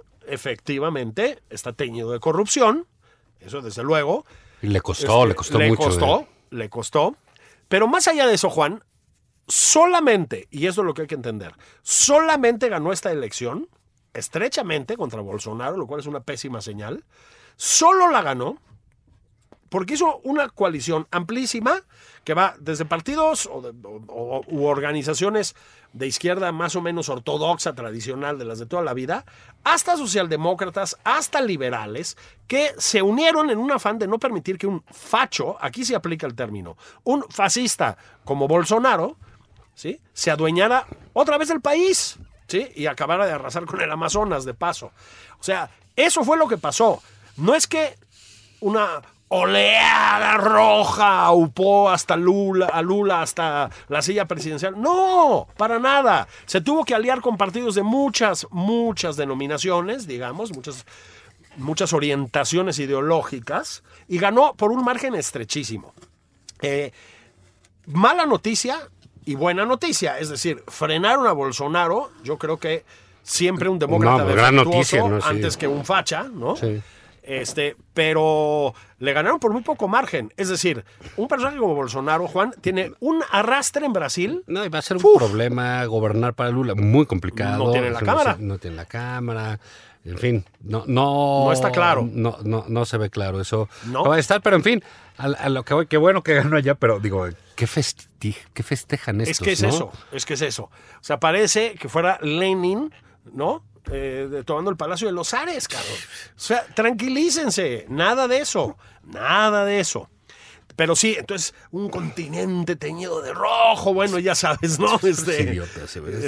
está teñido de corrupción. Eso desde luego. Y le costó mucho. Le costó. Pero más allá de eso, Juan, solamente, y eso es lo que hay que entender, solamente ganó esta elección, estrechamente contra Bolsonaro, lo cual es una pésima señal. Solo la ganó porque hizo una coalición amplísima que va desde partidos u organizaciones de izquierda más o menos ortodoxa, tradicional, de las de toda la vida, hasta socialdemócratas, hasta liberales, que se unieron en un afán de no permitir que un facho, aquí se aplica el término, un fascista como Bolsonaro, ¿sí?, se adueñara otra vez del país, ¿sí?, y acabara de arrasar con el Amazonas de paso. O sea, eso fue lo que pasó. No es que una oleada roja upó hasta Lula, hasta la silla presidencial. No, para nada. Se tuvo que aliar con partidos de muchas denominaciones, digamos, muchas orientaciones ideológicas, y ganó por un margen estrechísimo. Mala noticia y buena noticia, es decir, frenaron a Bolsonaro. Yo creo que siempre un demócrata gran defectuoso noticia, ¿no? Sí. antes que un facha, ¿no? Sí. Pero le ganaron por muy poco margen. Es decir, un personaje como Bolsonaro, Juan, tiene un arrastre en Brasil. No, y va a ser un problema gobernar para Lula, muy complicado. No tiene la cámara. No tiene la cámara. En fin, no está claro. No se ve claro eso. No. Va a estar, pero en fin, a lo que voy, qué bueno que ganó allá, pero digo, ¿qué festejan estos? Es que es eso. O sea, parece que fuera Lenin, ¿no? Tomando el Palacio de los Ares, cabrón. O sea, tranquilícense, nada de eso. Pero sí, entonces, un continente teñido de rojo, bueno, ya sabes, ¿no? Idiotas,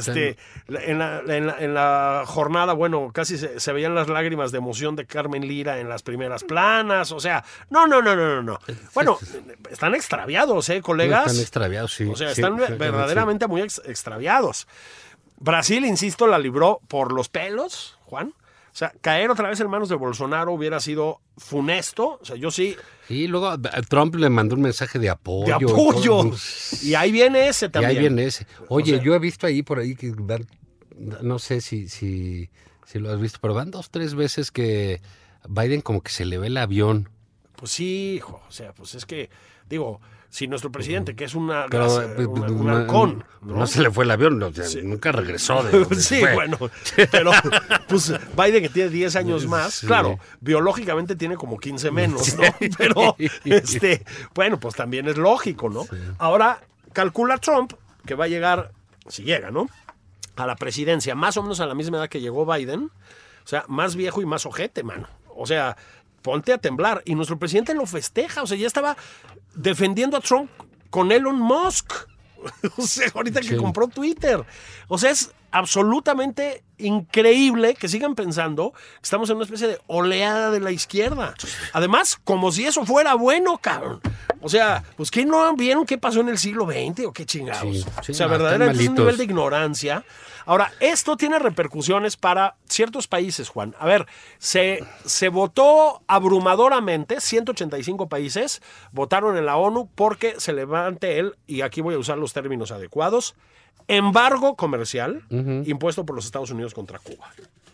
En la jornada, bueno, casi se veían las lágrimas de emoción de Carmen Lira en las primeras planas, o sea, no. Bueno, están extraviados, colegas. Están extraviados, sí. O sea, sí, están verdaderamente muy extraviados. Brasil, insisto, la libró por los pelos, Juan. O O sea, caer otra vez en manos de Bolsonaro hubiera sido funesto. O sea, yo sí... Y luego Trump le mandó un mensaje de apoyo. ¡De apoyo! Y ahí viene ese también. Y ahí viene ese. Oye, O sea, yo he visto ahí por ahí que no sé si lo has visto, pero van 2-3 veces que Biden como que se le ve el avión. Pues sí, hijo. O sea, pues es que, digo, si nuestro presidente, que es un Pero halcón, no se le fue el avión, o sea, nunca regresó de donde Sí, fue. bueno, pero pues Biden, que tiene 10 años más, Sí. claro, biológicamente tiene como 15 menos, ¿no? Pero, bueno, pues también es lógico, ¿no? Ahora, calcula Trump que va a llegar, si llega, ¿no?, a la presidencia, más o menos a la misma edad que llegó Biden, o sea, más viejo y más ojete, mano. O sea, ponte a temblar. Y nuestro presidente lo festeja, o sea, ya estaba defendiendo a Trump con Elon Musk. O sea, ahorita que compró Twitter. O sea, es absolutamente increíble que sigan pensando que estamos en una especie de oleada de la izquierda. Además, como si eso fuera bueno, cabrón. O sea, pues ¿qué no vieron qué pasó en el siglo XX o qué chingados? Sí, o sea, no, verdaderamente es están un nivel malitos. de ignorancia. Ahora, esto tiene repercusiones para ciertos países, Juan. A ver, se votó abrumadoramente, 185 países votaron en la ONU porque se levante y aquí voy a usar los términos adecuados, embargo comercial impuesto por los Estados Unidos contra Cuba.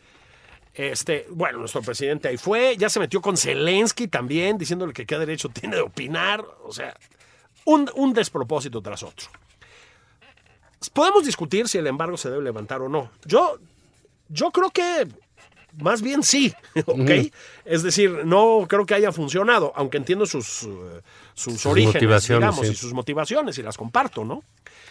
Bueno, nuestro presidente ahí fue, ya se metió con Zelensky también, diciéndole que qué derecho tiene de opinar. O sea, un despropósito tras otro. Podemos discutir si el embargo se debe levantar o no. Yo creo que más bien sí, ¿ok? Es decir, no creo que haya funcionado, aunque entiendo sus orígenes, motivaciones, digamos, sí. y sus motivaciones, y las comparto, ¿no?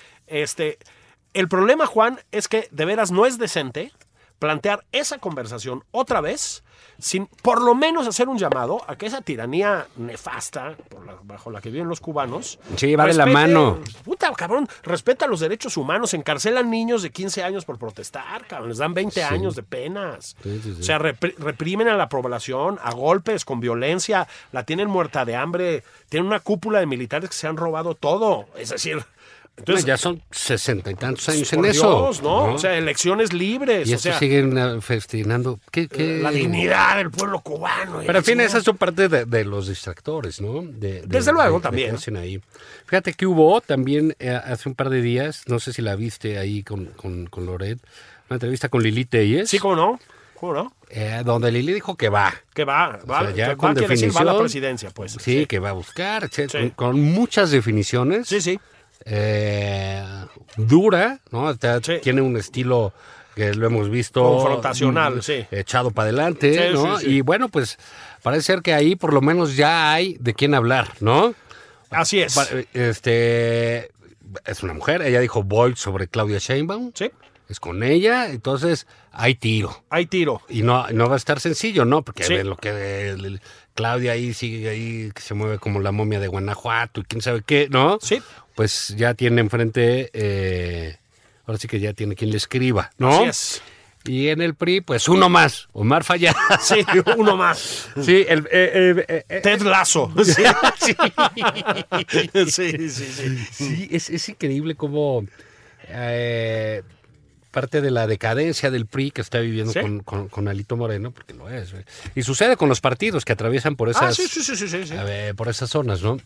El problema, Juan, es que de veras no es decente plantear esa conversación otra vez sin por lo menos hacer un llamado a que esa tiranía nefasta bajo la que viven los cubanos... Sí, va de la mano. Puta, cabrón, respeta los derechos humanos, encarcelan niños de 15 años por protestar, cabrón, les dan 20 años de penas. Sí. O sea, reprimen a la población a golpes, con violencia, la tienen muerta de hambre, tienen una cúpula de militares que se han robado todo, es decir... Entonces, ya son 60 y tantos años por en eso. Dios, ¿no? O sea, elecciones libres. Y o estos sea, siguen festinando. ¿Qué? La dignidad del pueblo cubano. Pero en fin, esas son parte de los distractores, ¿no? Desde luego, también. Que ahí. Fíjate que hubo también hace un par de días, no sé si la viste ahí con Loret, una entrevista con Lili Telles. Sí, ¿cómo no? Donde Lili dijo que va. Que va, O sea, ya que con quiere decir, va a la definición. presidencia, pues. Sí, que va a buscar, etcétera, Sí. con muchas definiciones. Sí. Dura, ¿no? Sí. Tiene un estilo que lo hemos visto Confrontacional, sí. echado para adelante, Sí, ¿no? sí. Y bueno, pues parece ser que ahí por lo menos ya hay de quién hablar, ¿no? Así es. Es una mujer, ella dijo voy sobre Claudia Sheinbaum, Sí, es con ella, entonces hay tiro. hay tiro. Y no va a estar sencillo, ¿no? Porque Sí. ven lo que Claudia ahí sigue ahí, que se mueve como la momia de Guanajuato y quién sabe qué, ¿no? Sí. Pues ya tiene enfrente, ahora sí que ya tiene quien le escriba, ¿no? Así es. Y en el PRI, pues uno más, Omar Fayad. Sí, uno más. Sí, Ted Lasso. Sí, sí. sí, es increíble cómo parte de la decadencia del PRI que está viviendo Sí. con Alito Moreno, porque lo es. Y sucede con los partidos que atraviesan por esas, Sí. por esas zonas, ¿no?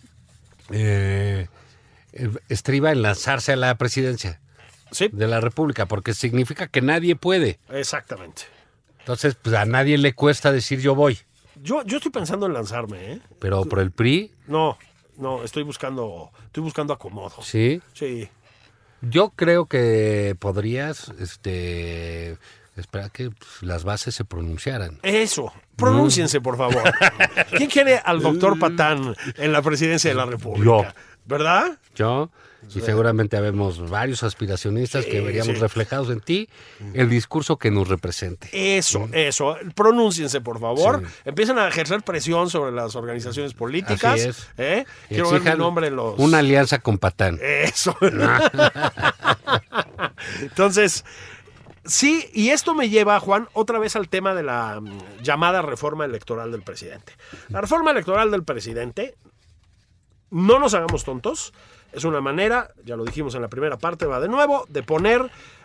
Estriba en lanzarse a la presidencia Sí, de la República, porque significa que nadie puede. exactamente. Entonces, pues a nadie le cuesta decir yo voy. Yo estoy pensando en lanzarme, ¿eh? Pero por el PRI, No, estoy buscando acomodo. sí. Sí. Yo creo que podrías esperar que las bases se pronunciaran. Eso, pronúnciense, por favor. ¿Quién quiere al doctor Patán en la presidencia de la República? Yo. ¿Verdad? Yo, y seguramente habemos varios aspiracionistas que veríamos sí. reflejados en ti el discurso que nos represente. Eso. Pronúnciense, por favor. Sí. Empiecen a ejercer presión sobre las organizaciones políticas. Así es. Quiero ver mi Exijan nombre en los... una alianza con Patán. Eso. Entonces, sí, y esto me lleva, Juan, otra vez al tema de la llamada reforma electoral del presidente. La reforma electoral del presidente, no nos hagamos tontos, es una manera, ya lo dijimos en la primera parte, va de nuevo, de poner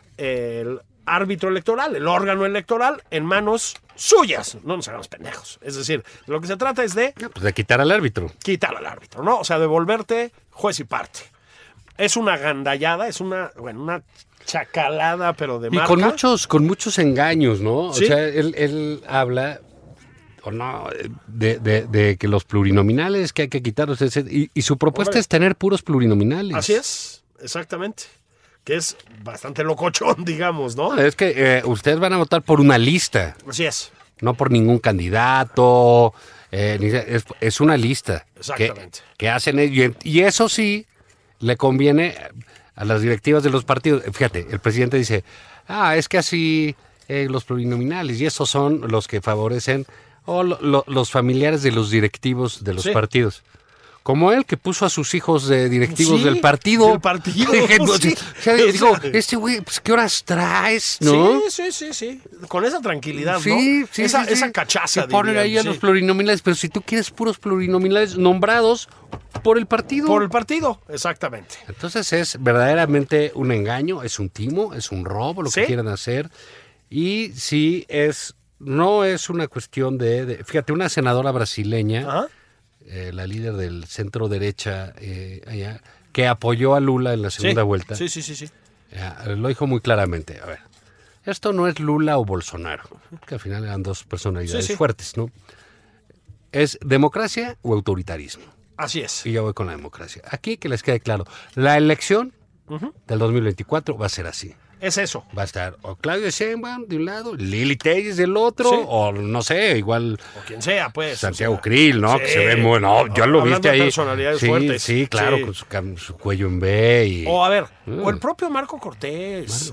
el árbitro electoral, el órgano electoral, en manos suyas. No nos hagamos pendejos. Es decir, lo que se trata es de Pues de quitar al árbitro. quitar al árbitro, ¿no? O sea, de volverte juez y parte. Es una gandallada, es una chacalada, pero de Y marca. con muchos engaños, ¿no? Sí. O sea, él habla o no de que los plurinominales que hay que quitarlos, y su propuesta Hombre. es tener puros plurinominales. Así es, exactamente. Que es bastante locochón, digamos, ¿no? Es que ustedes van a votar por una lista, Así es. no por ningún candidato. Es una lista Exactamente. que hacen ellos. Y eso sí le conviene a las directivas de los partidos. Fíjate, el presidente dice, es que así los plurinominales, y esos son los que favorecen los familiares de los directivos de los Sí. partidos. Como él, que puso a sus hijos de directivos Sí, del partido. del partido, Dije, sí. o sea, digo, este güey, pues, ¿qué horas traes, no? Sí. Con esa tranquilidad, ¿no? Sí. Esa cachaza. Que ponen dirían, ahí a sí. los plurinominales, pero si tú quieres puros plurinominales nombrados por el partido. Por el partido, exactamente. Entonces es verdaderamente un engaño, es un timo, es un robo lo que Sí. quieren hacer. Y sí no es una cuestión fíjate, una senadora brasileña, Ajá. la líder del centro derecha allá, que apoyó a Lula en la segunda vuelta, Sí. lo dijo muy claramente. A ver, esto no es Lula o Bolsonaro, que al final eran dos personalidades Sí. fuertes, ¿no? Es democracia o autoritarismo. Así es. Y yo voy con la democracia. Aquí que les quede claro, la elección del 2024 va a ser así. Es eso. Va a estar o Claudio Sheinbaum de un lado, Lili Telles del otro, Sí. o no sé, igual O quien sea, pues. Santiago o sea, Krill, ¿no? sí. Que se ve muy... No, ya lo Hablando viste de ahí. personalidades sí, fuertes. Sí, claro, Sí. con su cuello en B y... O a ver, o el propio Marco Cortés.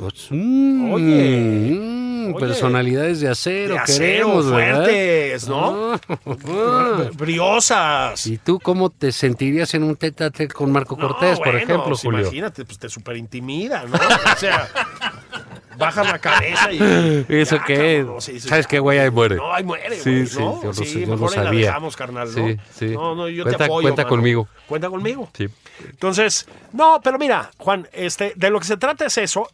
Oye. Personalidades de acero, De acero, queremos, ¿verdad? fuertes, ¿no? Briosas. ¿Y tú cómo te sentirías en un tete a tete con Marco Cortés, No, por bueno, ejemplo, pues Julio? Imagínate, pues te superintimida, ¿no? O sea, bajas la cabeza y... ¿Eso ya, qué? cabrón, sí, sí, ¿Sabes sí. qué, güey? Ahí muere. No, ahí muere, Sí, güey, sí, ¿no? yo lo sé, yo lo mejor ahí la sabía. dejamos, carnal, ¿no? Sí, sí. No, yo Cuenta- te apoyo, cuenta mano. conmigo. Cuenta conmigo. Sí. Entonces, no, pero mira, Juan, de lo que se trata es eso,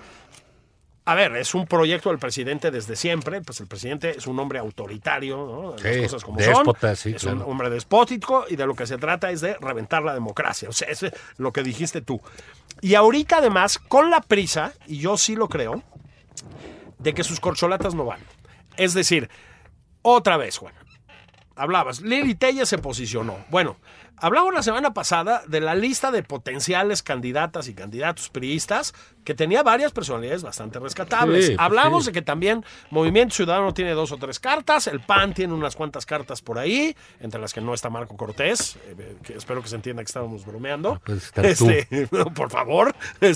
a ver, es un proyecto del presidente desde siempre, pues el presidente es un hombre autoritario, ¿no? Las Sí, cosas como déspota, son. sí, Es claro. un hombre despótico y de lo que se trata es de reventar la democracia, o sea, es lo que dijiste tú. Y ahorita además, con la prisa, y yo sí lo creo, de que sus corcholatas no van. Es decir, otra vez, Juan, hablabas, Lili Telles se posicionó. Bueno, hablamos la semana pasada de la lista de potenciales candidatas y candidatos priistas que tenía varias personalidades bastante rescatables. Sí, pues Hablamos sí. de que también Movimiento Ciudadano tiene 2 o 3 cartas, el PAN tiene unas cuantas cartas por ahí, entre las que no está Marco Cortés, que espero que se entienda que estábamos bromeando. No puedes estar tú. No, por favor,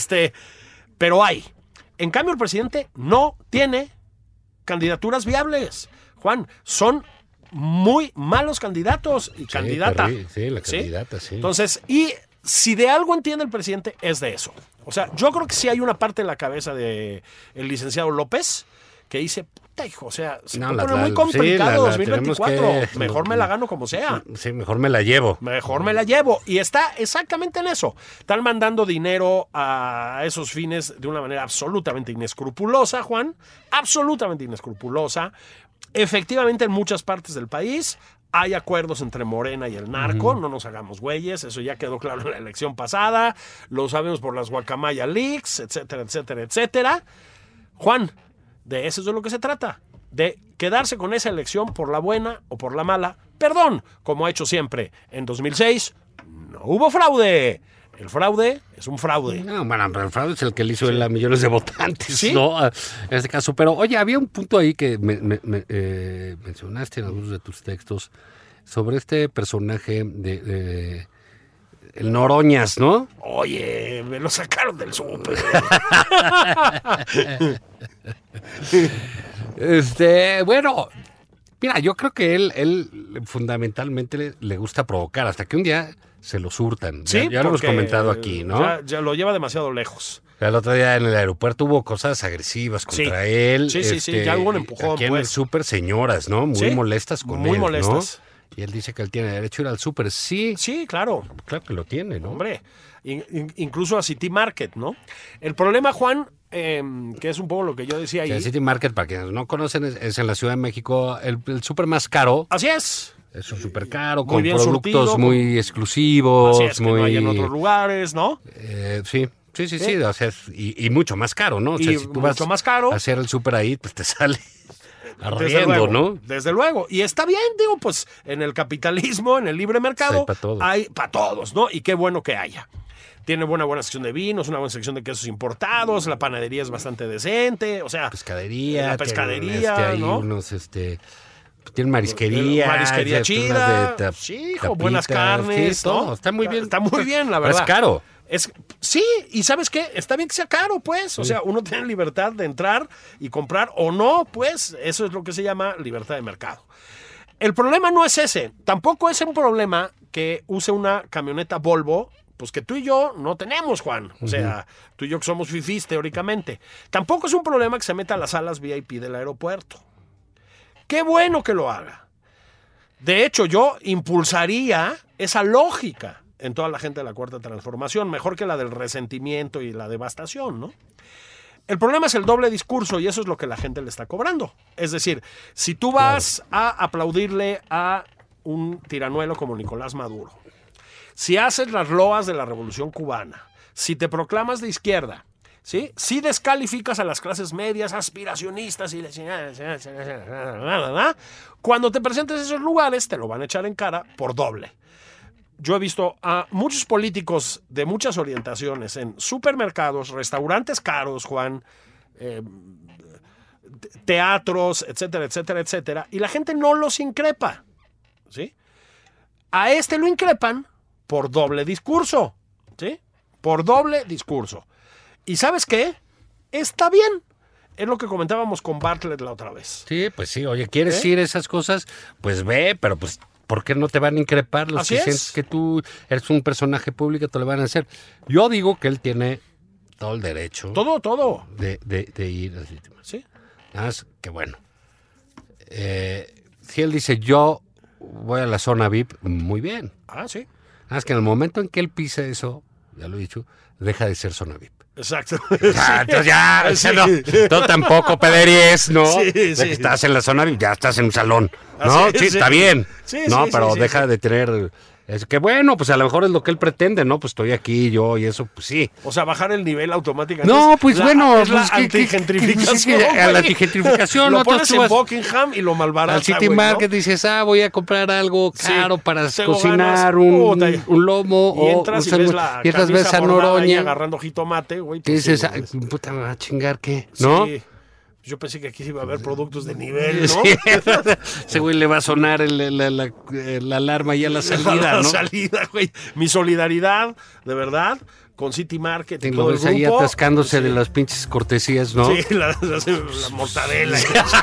pero hay. En cambio, el presidente no tiene candidaturas viables. Juan, son muy malos candidatos y candidata. Sí, la candidata, sí. Entonces, y si de algo entiende el presidente, es de eso. O sea, yo creo que sí hay una parte en la cabeza del licenciado López que dice, puta hijo, o sea, se No, pone la- muy sí, complicado la 2024. tenemos que- Mejor me la gano como sea. Sí, mejor me la llevo. Mejor me la llevo. Y está exactamente en eso. Están mandando dinero a esos fines de una manera absolutamente inescrupulosa, Juan. Absolutamente inescrupulosa. Efectivamente, en muchas partes del país hay acuerdos entre Morena y el narco. No nos hagamos güeyes. Eso ya quedó claro en la elección pasada. Lo sabemos por las Guacamaya Leaks, etcétera, etcétera, etcétera. Juan, de eso es de lo que se trata. De quedarse con esa elección por la buena o por la mala. Perdón, como ha hecho siempre. En 2006 no hubo fraude. El fraude es un fraude. No, bueno, pero el fraude es el que le hizo él a millones de votantes, Sí. ¿no? En este caso. Pero, oye, había un punto ahí que mencionaste en algunos de tus textos sobre este personaje de el Noroñas, ¿no? Oye, me lo sacaron del súper. Bueno, mira, yo creo que él fundamentalmente le gusta provocar, hasta que un día se lo surtan. Sí, ya lo hemos porque comentado aquí, ¿no? Ya lo lleva demasiado lejos. El otro día en el aeropuerto hubo cosas agresivas contra Sí. él. Sí, ya hubo un empujón, Aquí en el pues. súper, señoras, ¿no? Muy Sí, molestas con él, muy ¿no? molestas. Y él dice que él tiene derecho a ir al súper. Sí, Sí, claro. claro que lo tiene, ¿no? Hombre, incluso a City Market, ¿no? El problema, Juan, que es un poco lo que yo decía ahí. El City Market, para quienes no conocen, es en la Ciudad de México el súper más caro. Así es. Es un súper caro, Muy con bien productos surtido, muy exclusivos. Así es, que muy... no hay en otros lugares, ¿no? Sí. O sea, y mucho más caro, ¿no? O sea, Y si tú vas mucho más caro. a hacer el súper ahí, pues te sale Desde arriendo, luego, ¿no? Desde luego. Y está bien, digo, pues en el capitalismo, en el libre mercado, Pues hay para todos. hay para todos, ¿no? Y qué bueno que haya. Tiene buena sección de vinos, una buena sección de quesos importados, la panadería es bastante decente, o sea... Pescadería. La pescadería, tienen, ahí ¿no? unos, tienen marisquería. Marisquería chida. De Sí, hijo, buenas tapitas, carnes, sí, todo. ¿no? Está muy bien. Está muy bien, la Pero verdad. es caro. Sí, y ¿sabes qué? Está bien que sea caro, pues. O sea, uno tiene libertad de entrar y comprar o no, pues. Eso es lo que se llama libertad de mercado. El problema no es ese. Tampoco es un problema que use una camioneta Volvo, pues que tú y yo no tenemos, Juan. O sea, tú y yo que somos fifís teóricamente. Tampoco es un problema que se meta a las salas VIP del aeropuerto. Qué bueno que lo haga. De hecho, yo impulsaría esa lógica en toda la gente de la Cuarta Transformación, mejor que la del resentimiento y la devastación, ¿no? El problema es el doble discurso y eso es lo que la gente le está cobrando. Es decir, si tú vas a aplaudirle a un tiranuelo como Nicolás Maduro, si haces las loas de la Revolución Cubana, si te proclamas de izquierda, ¿sí? Si descalificas a las clases medias, aspiracionistas y cuando te presentes en esos lugares te lo van a echar en cara por doble. Yo he visto a muchos políticos de muchas orientaciones en supermercados, restaurantes caros, Juan, teatros, etcétera, etcétera, etcétera, y la gente no los increpa, ¿sí? A este lo increpan por doble discurso, ¿sí? Por doble discurso. ¿Y sabes qué? Está bien. Es lo que comentábamos con Bartlett la otra vez. Sí, pues sí. Oye, ¿quieres ir a esas cosas? Pues ve, pero pues ¿por qué no te van a increpar los Así que es. sientes que tú eres un personaje público? Te lo van a hacer. Yo digo que él tiene todo el derecho Todo. de ir así. ¿Sí? Nada más que bueno. Si él dice yo voy a la zona VIP, muy bien. Ah, sí. Nada más que en el momento en que él pisa eso, ya lo he dicho, deja de ser zona VIP. Exacto. Entonces ya, Sí. no, tú tampoco pederíes, ¿no? Sí, De sí. que estás en la zona VIP, ya estás en un salón, ¿no? Así es, Sí, sí. está bien. Sí, no, sí, pero sí, deja sí. de tener... Es que bueno, pues a lo mejor es lo que él pretende, ¿no? Pues estoy aquí yo y eso, pues sí. O sea, bajar el nivel automáticamente. No, pues bueno, Es la pues, antigentrificación. a la güey. antigentrificación, Lo ¿no? pones Tú en vas Buckingham y lo malbaratas. al City Market dices, voy a comprar algo caro para tengo cocinar ganas. un lomo Y entras o y ves la y entras, ves camisa a bordada ahí Noroña. agarrando jitomate, güey. Y pues dices, sí, "Ay, güey. puta, me va a chingar, ¿qué? ¿No? Sí. Yo pensé que aquí iba a haber productos de nivel, ¿no? Sí. Ese güey le va a sonar la alarma ya a la salida, La ¿no? salida, güey. Mi solidaridad, de verdad, con City Market y Y lo todo el ves ahí grupo. atascándose de las pinches cortesías, ¿no? Sí, la mortadela.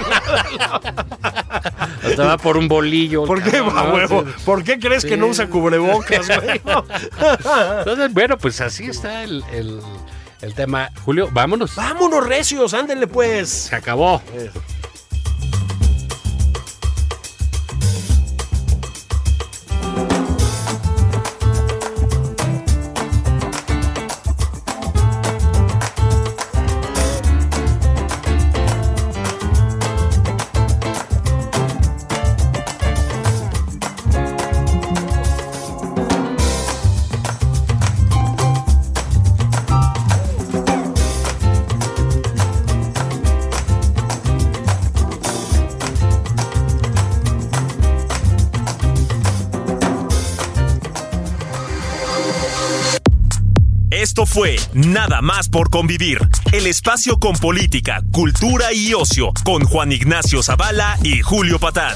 Hasta va por un bolillo. ¿Por qué, cabrón, a ¿no? huevo? Sí. ¿Por qué crees que no usa cubrebocas, güey? Entonces, bueno, pues así está el tema. Julio, vámonos. Vámonos, recios, ándenle pues. Se acabó. Esto fue Nada más por convivir, el espacio con política, cultura y ocio, con Juan Ignacio Zavala y Julio Patán.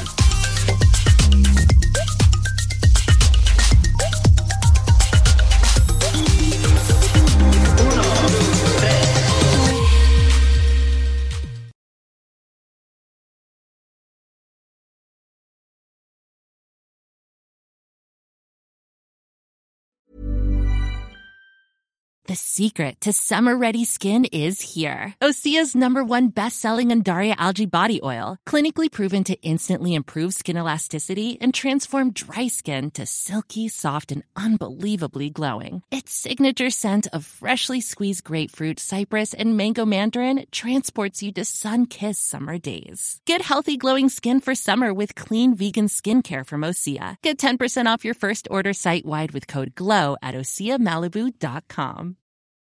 The secret to summer-ready skin is here. Osea's #1 best-selling Undaria Algae Body Oil, clinically proven to instantly improve skin elasticity and transform dry skin to silky, soft, and unbelievably glowing. Its signature scent of freshly squeezed grapefruit, cypress, and mango mandarin transports you to sun-kissed summer days. Get healthy, glowing skin for summer with clean vegan skincare from Osea. Get 10% off your first order site-wide with code GLOW at OseaMalibu.com.